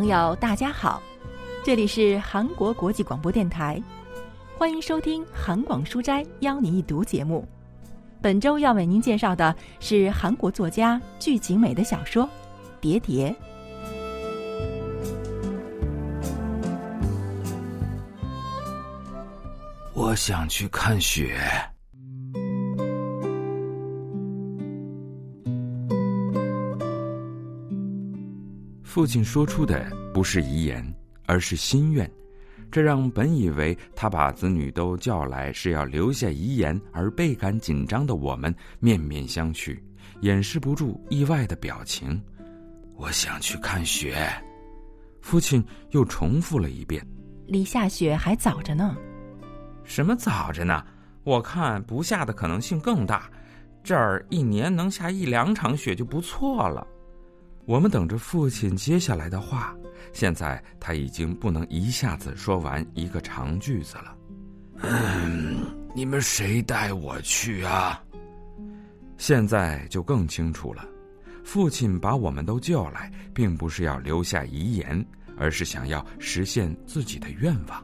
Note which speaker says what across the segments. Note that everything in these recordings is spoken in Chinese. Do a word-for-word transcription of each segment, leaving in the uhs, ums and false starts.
Speaker 1: 朋友大家好，这里是韩国国际广播电台，欢迎收听韩广书斋邀你一读节目。本周要为您介绍的是韩国作家具景美的小说《蝶蝶》。
Speaker 2: 我想去看雪。父亲说出的不是遗言，而是心愿，这让本以为他把子女都叫来是要留下遗言而倍感紧张的我们面面相觑，掩饰不住意外的表情。我想去看雪。父亲又重复了一遍。
Speaker 1: 离下雪还早着呢。
Speaker 2: 什么早着呢？我看不下的可能性更大，这儿一年能下一两场雪就不错了。我们等着父亲接下来的话，现在他已经不能一下子说完一个长句子了。嗯，你们谁带我去啊？现在就更清楚了，父亲把我们都叫来，并不是要留下遗言，而是想要实现自己的愿望。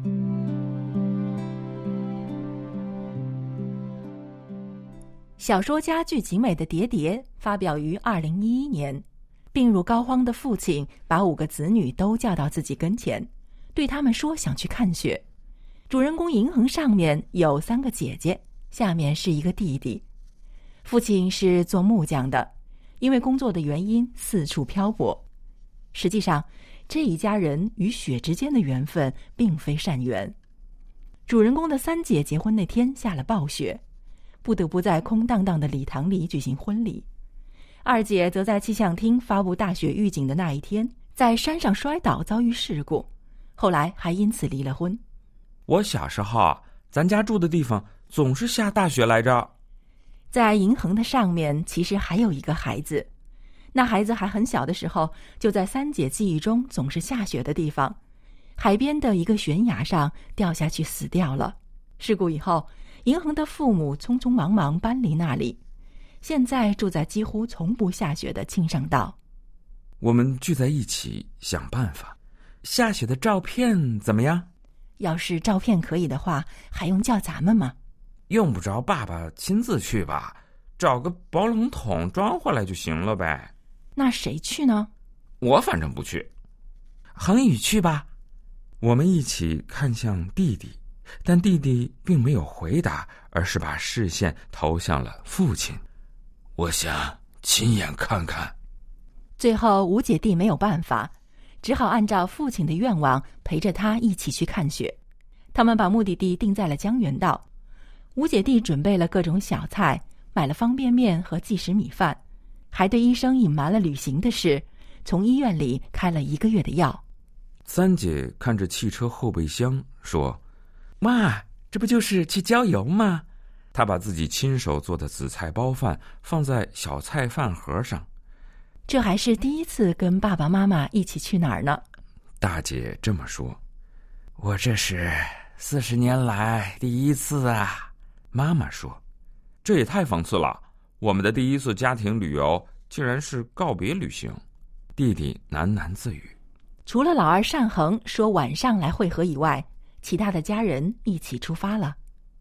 Speaker 1: 小说家具景美的《蝶蝶》发表于二零一一年。病入膏肓的父亲把五个子女都叫到自己跟前，对他们说想去看雪。主人公银恒上面有三个姐姐，下面是一个弟弟。父亲是做木匠的，因为工作的原因四处漂泊。实际上，这一家人与雪之间的缘分并非善缘。主人公的三姐结婚那天下了暴雪，不得不在空荡荡的礼堂里举行婚礼。二姐则在气象厅发布大雪预警的那一天，在山上摔倒遭遇事故，后来还因此离了婚。
Speaker 2: 我小时候啊，咱家住的地方总是下大雪来着。
Speaker 1: 在银恒的上面其实还有一个孩子，那孩子还很小的时候，就在三姐记忆中总是下雪的地方，海边的一个悬崖上掉下去死掉了。事故以后，银恒的父母匆匆忙忙搬离那里，现在住在几乎从不下雪的庆尚道。
Speaker 2: 我们聚在一起想办法，下雪的照片怎么样？
Speaker 1: 要是照片可以的话，还用叫咱们吗？
Speaker 2: 用不着爸爸亲自去吧，找个保冷桶装回来就行了呗。
Speaker 1: 那谁去呢？
Speaker 2: 我反正不去。恒宇去吧。我们一起看向弟弟，但弟弟并没有回答，而是把视线投向了父亲。我想亲眼看看。
Speaker 1: 最后五姐弟没有办法，只好按照父亲的愿望陪着他一起去看雪。他们把目的地定在了江原道。五姐弟准备了各种小菜，买了方便面和即食米饭，还对医生隐瞒了旅行的事，从医院里开了一个月的药。
Speaker 2: 三姐看着汽车后备箱说：妈，这不就是去郊游吗？他把自己亲手做的紫菜包饭放在小菜饭盒上。
Speaker 1: 这还是第一次跟爸爸妈妈一起去哪儿呢？
Speaker 2: 大姐这么说。我这是四十年来第一次啊。妈妈说。这也太讽刺了，我们的第一次家庭旅游竟然是告别旅行。弟弟喃喃自语。
Speaker 1: 除了老二单恒说晚上来会合以外，其他的家人一起出发了。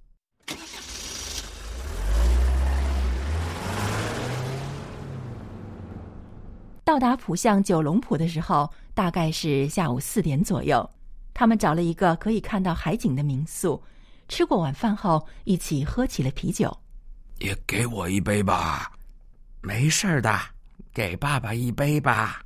Speaker 1: 到达浦项九龙浦的时候，大概是下午四点左右。他们找了一个可以看到海景的民宿，吃过晚饭后，一起喝起了啤酒。
Speaker 2: 也给我一杯吧。没事的，给爸爸一杯吧。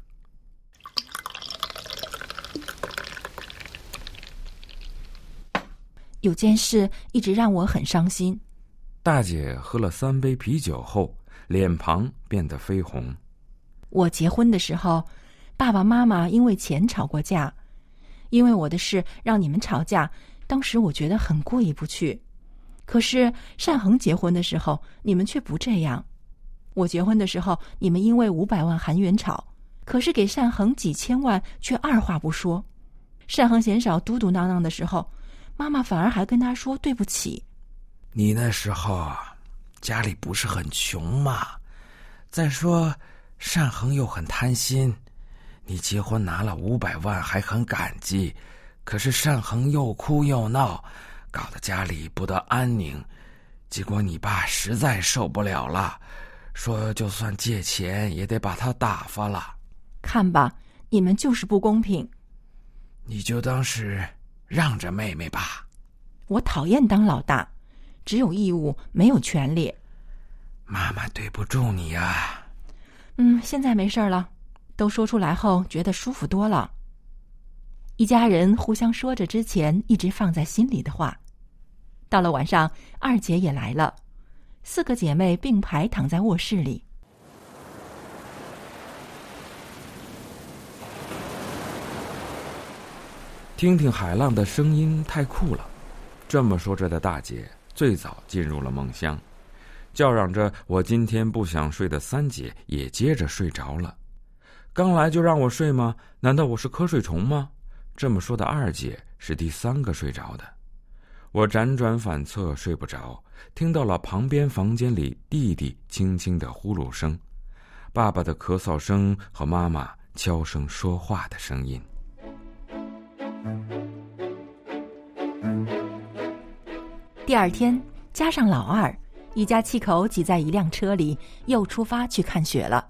Speaker 1: 有件事一直让我很伤心。
Speaker 2: 大姐喝了三杯啤酒后，脸庞变得绯红。
Speaker 1: 我结婚的时候，爸爸妈妈因为钱吵过架，因为我的事让你们吵架，当时我觉得很过意不去。可是单恒结婚的时候，你们却不这样。我结婚的时候，你们因为五百万韩元吵，可是给单恒几千万却二话不说。单恒嫌少嘟嘟囔囔的时候，妈妈反而还跟他说对不起。
Speaker 2: 你那时候家里不是很穷嘛，再说单恒又很贪心，
Speaker 3: 你结婚拿了五百万还很感激，可是单恒又哭又闹，搞得家里不得安宁。结果你爸实在受不了了，说就算借钱也得把他打发了。
Speaker 1: 看吧，你们就是不公平。
Speaker 3: 你就当是让着妹妹吧。
Speaker 1: 我讨厌当老大，只有义务没有权利。
Speaker 3: 妈妈对不住你呀。
Speaker 1: 嗯，现在没事了，都说出来后觉得舒服多了。一家人互相说着之前一直放在心里的话。到了晚上，二姐也来了，四个姐妹并排躺在卧室里。
Speaker 2: 听听海浪的声音太酷了。这么说着的大姐最早进入了梦乡，叫嚷着我今天不想睡的三姐也接着睡着了。刚来就让我睡吗？难道我是瞌睡虫吗？这么说的二姐是第三个睡着的。我辗转反侧睡不着，听到了旁边房间里弟弟轻轻的呼噜声，爸爸的咳嗽声和妈妈悄声说话的声音。
Speaker 1: 第二天，加上老二，一家七口挤在一辆车里，又出发去看雪了。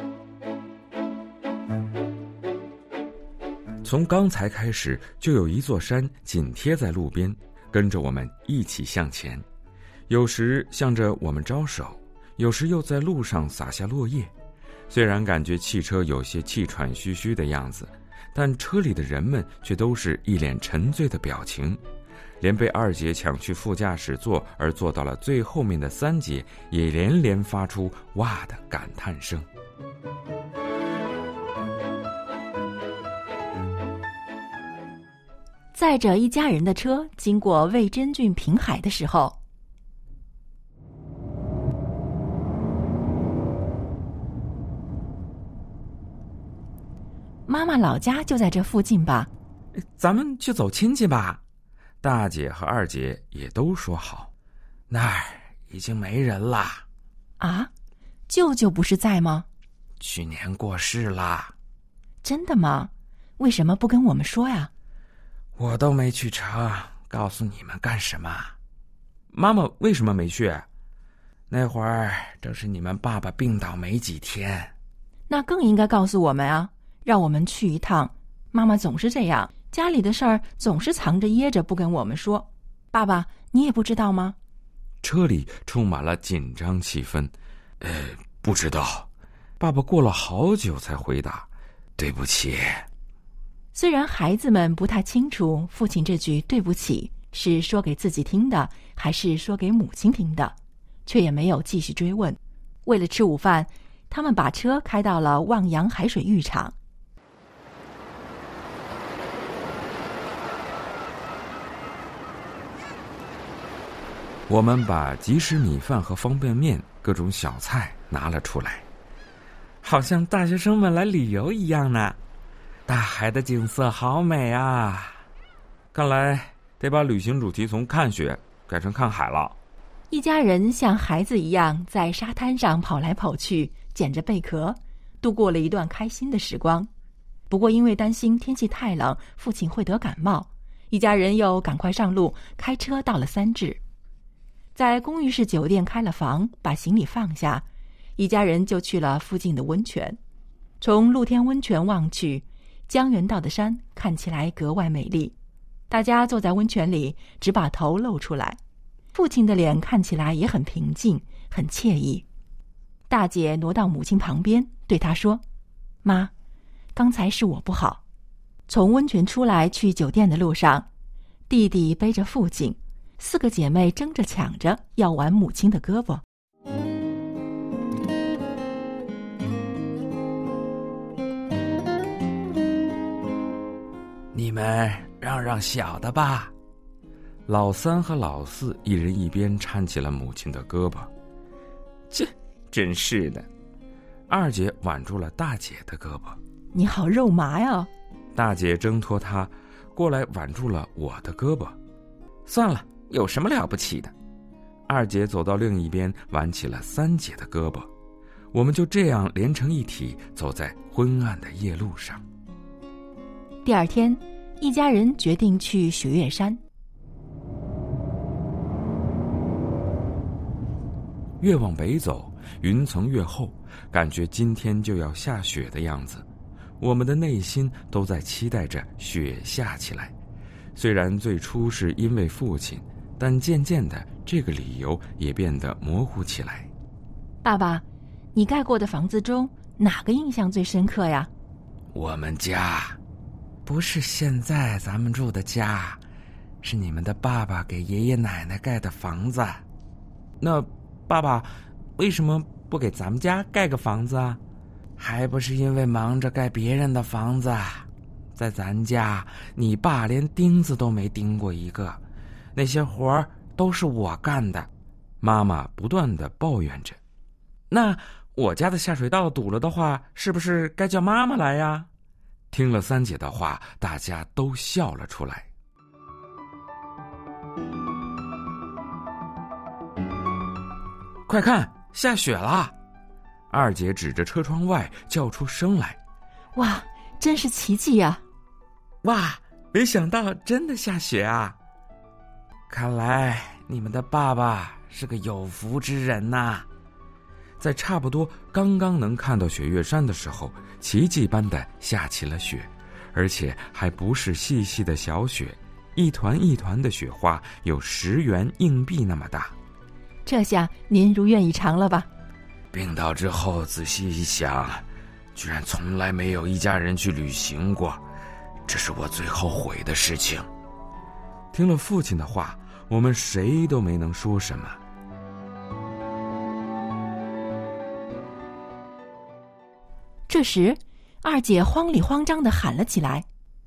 Speaker 2: 从刚才开始，就有一座山紧贴在路边，跟着我们一起向前，有时向着我们招手，有时又在路上洒下落叶。虽然感觉汽车有些气喘吁吁的样子，但车里的人们却都是一脸沉醉的表情，连被二姐抢去副驾驶座而坐到了最后面的三姐也连连发出哇的感叹声。
Speaker 1: 载着一家人的车经过魏真郡平海的时候，妈妈老家就在这附近吧？
Speaker 2: 咱们去走亲戚吧。大姐和二姐也都说好。
Speaker 3: 那儿已经没人了。
Speaker 1: 啊？舅舅不是在吗？
Speaker 3: 去年过世了。
Speaker 1: 真的吗？为什么不跟我们说呀？
Speaker 3: 我都没去成，告诉你们干什么？
Speaker 2: 妈妈为什么没去？
Speaker 3: 那会儿正是你们爸爸病倒没几天。
Speaker 1: 那更应该告诉我们啊，让我们去一趟。妈妈总是这样，家里的事儿总是藏着掖着不跟我们说。爸爸，你也不知道吗？
Speaker 2: 车里充满了紧张气氛。
Speaker 3: 呃，不知道。
Speaker 2: 爸爸过了好久才回答：
Speaker 3: 对不起。
Speaker 1: 虽然孩子们不太清楚父亲这句对不起是说给自己听的还是说给母亲听的，却也没有继续追问。为了吃午饭，他们把车开到了望洋海水浴场。
Speaker 2: 我们把即食米饭和方便面各种小菜拿了出来，好像大学生们来旅游一样呢。大海的景色好美啊！看来得把旅行主题从看雪改成看海了。
Speaker 1: 一家人像孩子一样在沙滩上跑来跑去，捡着贝壳，度过了一段开心的时光。不过因为担心天气太冷，父亲会得感冒，一家人又赶快上路，开车到了三治。在公寓式酒店开了房，把行李放下，一家人就去了附近的温泉。从露天温泉望去，江原道的山看起来格外美丽。大家坐在温泉里，只把头露出来。父亲的脸看起来也很平静，很惬意。大姐挪到母亲旁边，对她说：妈，刚才是我不好。从温泉出来去酒店的路上，弟弟背着父亲，四个姐妹争着抢着要挽母亲的胳膊。
Speaker 3: 你们让让小的吧。
Speaker 2: 老三和老四一人一边搀起了母亲的胳膊。
Speaker 3: 这真是的。
Speaker 2: 二姐挽住了大姐的胳膊。
Speaker 1: 你好肉麻呀。
Speaker 2: 大姐挣脱她过来挽住了我的胳膊。
Speaker 3: 算了，有什么了不起的。
Speaker 2: 二姐走到另一边挽起了三姐的胳膊。 我们就这样连成一体，走在昏暗的夜路上。
Speaker 1: 第二天，一家人决定去雪岳山。
Speaker 2: 越往北走，云层越厚，感觉今天就要下雪的样子。我们的内心都在期待着雪下起来。虽然最初是因为父亲，但渐渐的这个理由也变得模糊起来。
Speaker 1: 爸爸，你盖过的房子中哪个印象最深刻呀？
Speaker 3: 我们家，不是现在咱们住的家，是你们的爸爸给爷爷奶奶盖的房子。
Speaker 2: 那爸爸为什么不给咱们家盖个房子啊？
Speaker 3: 还不是因为忙着盖别人的房子。在咱家，你爸连钉子都没钉过一个，那些活儿都是我干的。
Speaker 2: 妈妈不断地抱怨着。那我家的下水道堵了的话，是不是该叫妈妈来呀？听了三姐的话，大家都笑了出来。快看，下雪了！二姐指着车窗外叫出声来。
Speaker 1: 哇，真是奇迹呀！
Speaker 2: 哇，没想到真的下雪啊！
Speaker 3: 看来你们的爸爸是个有福之人呐、啊！
Speaker 2: 在差不多刚刚能看到雪岳山的时候，奇迹般的下起了雪，而且还不是细细的小雪，一团一团的雪花有十元硬币那么大。
Speaker 1: 这下您如愿以偿了吧？
Speaker 3: 病倒之后仔细一想，居然从来没有一家人去旅行过，这是我最后悔的事情。
Speaker 2: 听了父亲的话，我们谁都没能说什么。
Speaker 1: 这时，二姐慌里慌张地喊了起来：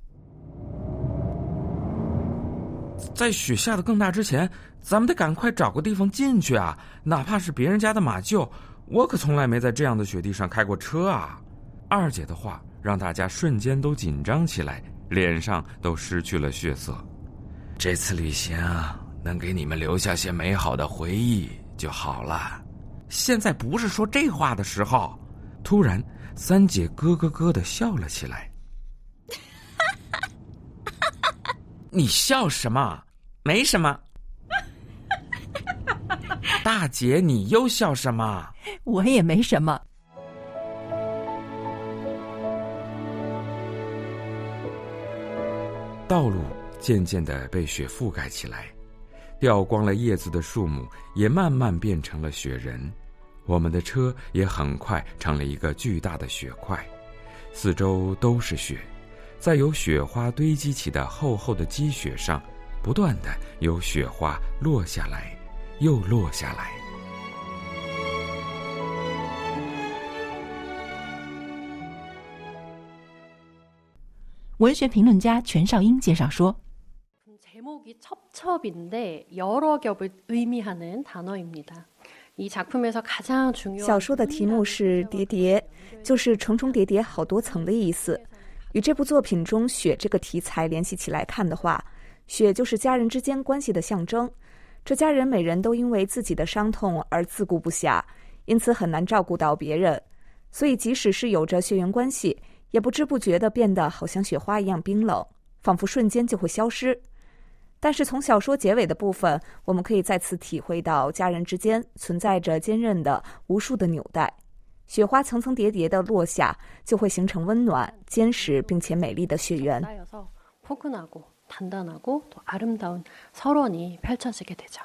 Speaker 2: 在雪下得更大之前，咱们得赶快找个地方进去啊！哪怕是别人家的马厩，我可从来没在这样的雪地上开过车啊！二姐的话让大家瞬间都紧张起来，脸上都失去了血色。
Speaker 3: 这次旅行能给你们留下些美好的回忆就好了。
Speaker 2: 现在不是说这话的时候。突然，三姐咯咯咯地笑了起来。你笑什么？没什么。大姐，你又笑什么？
Speaker 1: 我也没什么。
Speaker 2: 道路渐渐地被雪覆盖起来，掉光了叶子的树木也慢慢变成了雪人。我们的车也很快成了一个巨大的雪块，四周都是雪，在由雪花堆积起的厚厚的积雪上，不断的有雪花落下来，又落下来。
Speaker 1: 文学评论家全少英介绍说，
Speaker 4: 제목이 첩첩인데 여러 겹을 의미하는 단어입니다. 이 작품에서 가장 중요한
Speaker 5: 小说的题目是叠叠，就是重重叠叠好多层的意思。与这部作品中雪这个题材联系起来看的话，雪就是家人之间关系的象征。这家人每人都因为自己的伤痛而自顾不暇，因此很难照顾到别人，所以即使是有着血缘关系，也不知不觉地变得好像雪花一样冰冷，仿佛瞬间就会消失。但是从小说结尾的部分，我们可以再次体会到家人之间存在着坚韧的无数的纽带，雪花层层叠叠的落下，就会形成温暖、坚实并且美丽的雪原。
Speaker 4: 포근하고 단단하고 또 아름다운 설원이 펼쳐지게 되죠.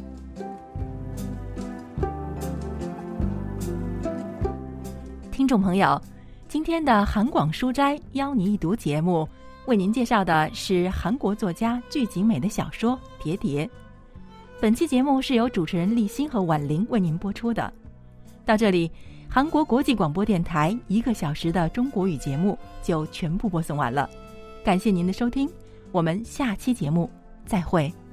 Speaker 1: 听众朋友，今天的韩广书斋邀你一读节目为您介绍的是韩国作家具景美的小说《叠叠》。本期节目是由主持人立新和婉玲为您播出的。到这里，韩国国际广播电台一个小时的中国语节目就全部播送完了。感谢您的收听，我们下期节目再会。